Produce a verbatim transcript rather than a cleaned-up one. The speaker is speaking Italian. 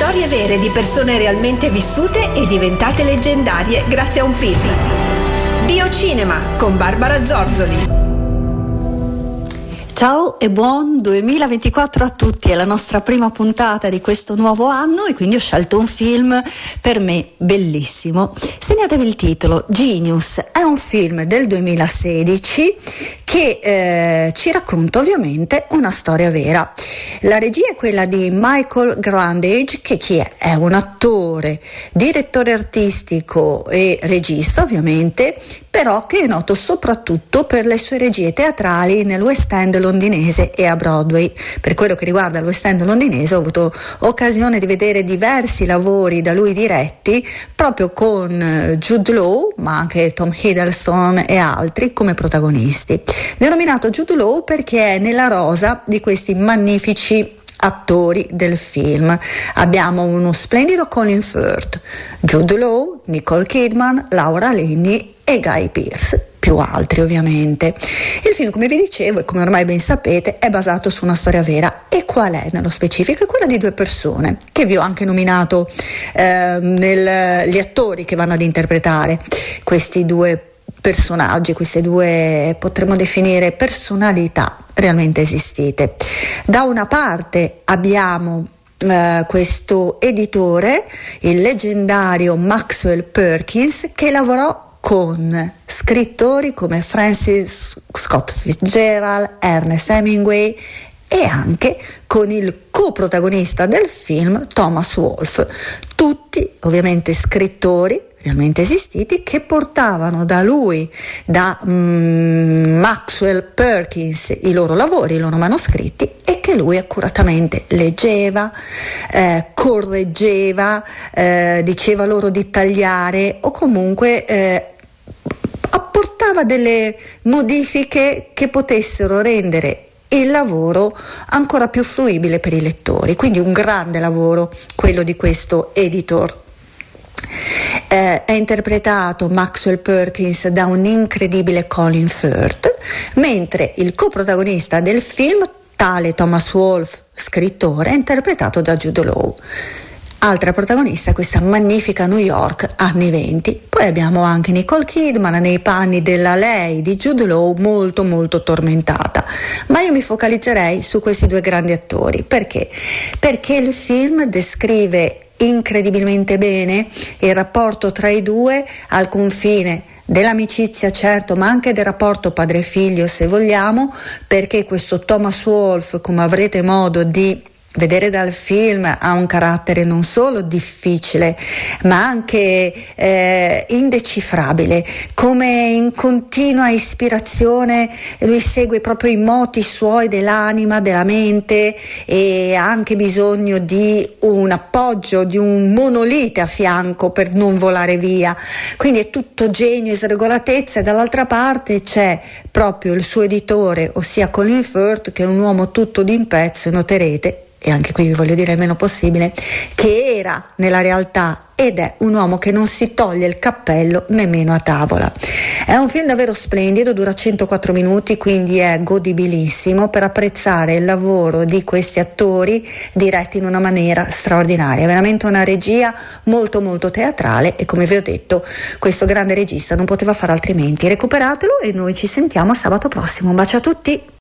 Storie vere di persone realmente vissute e diventate leggendarie grazie a un film. Biocinema con Barbara Zorzoli. Ciao e buon duemilaventiquattro a tutti, è la nostra prima puntata di questo nuovo anno e quindi ho scelto un film per me bellissimo. Segnatevi il titolo, Genius, è un film del duemilasedici che eh, ci racconta ovviamente una storia vera. La regia è quella di Michael Grandage, che chi è? È un attore, direttore artistico e regista ovviamente, però che è noto soprattutto per le sue regie teatrali nel West End londinese e a Broadway. Per quello che riguarda il West End londinese ho avuto occasione di vedere diversi lavori da lui diretti proprio con Jude Law, ma anche Tom Hiddleston e altri come protagonisti. Denominato Jude Law perché è nella rosa di questi magnifici attori del film. Abbiamo uno splendido Colin Firth, Jude Law, Nicole Kidman, Laura Linney e Guy Pearce, più altri ovviamente. Il film, come vi dicevo e come ormai ben sapete, è basato su una storia vera. E qual è nello specifico? È quella di due persone che vi ho anche nominato eh, nel, gli attori che vanno ad interpretare questi due personaggi, queste due potremmo definire personalità realmente esistite. Da una parte abbiamo Uh, questo editore, il leggendario Maxwell Perkins, che lavorò con scrittori come Francis Scott Fitzgerald, Ernest Hemingway e anche con il coprotagonista del film Thomas Wolfe, tutti ovviamente scrittori realmente esistiti che portavano da lui, da mm, Maxwell Perkins, i loro lavori, i loro manoscritti, e che lui accuratamente leggeva, eh, correggeva, eh, diceva loro di tagliare o comunque eh, apportava delle modifiche che potessero rendere il lavoro ancora più fruibile per i lettori. Quindi un grande lavoro quello di questo editor. Eh, è interpretato Maxwell Perkins da un incredibile Colin Firth, mentre il coprotagonista del film, tale Thomas Wolfe, scrittore, è interpretato da Jude Law. Altra protagonista è questa magnifica New York anni venti. Poi abbiamo anche Nicole Kidman nei panni della lei di Jude Law, molto molto tormentata. Ma io mi focalizzerei su questi due grandi attori. Perché? Perché il film descrive incredibilmente bene il rapporto tra i due al confine dell'amicizia, certo, ma anche del rapporto padre-figlio, se vogliamo, perché questo Thomas Wolfe, come avrete modo di vedere dal film, ha un carattere non solo difficile ma anche eh, indecifrabile. Come in continua ispirazione lui segue proprio i moti suoi dell'anima, della mente, e ha anche bisogno di un appoggio, di un monolite a fianco per non volare via. Quindi è tutto genio e sregolatezza, e dall'altra parte c'è proprio il suo editore, ossia Colin Firth, che è un uomo tutto d'impezzo, noterete, e anche qui vi voglio dire il meno possibile, che era nella realtà ed è un uomo che non si toglie il cappello nemmeno a tavola. È un film davvero splendido, dura centoquattro minuti, quindi è godibilissimo per apprezzare il lavoro di questi attori diretti in una maniera straordinaria. È veramente una regia molto molto teatrale e, come vi ho detto, questo grande regista non poteva fare altrimenti. Recuperatelo e noi ci sentiamo sabato prossimo. Un bacio a tutti!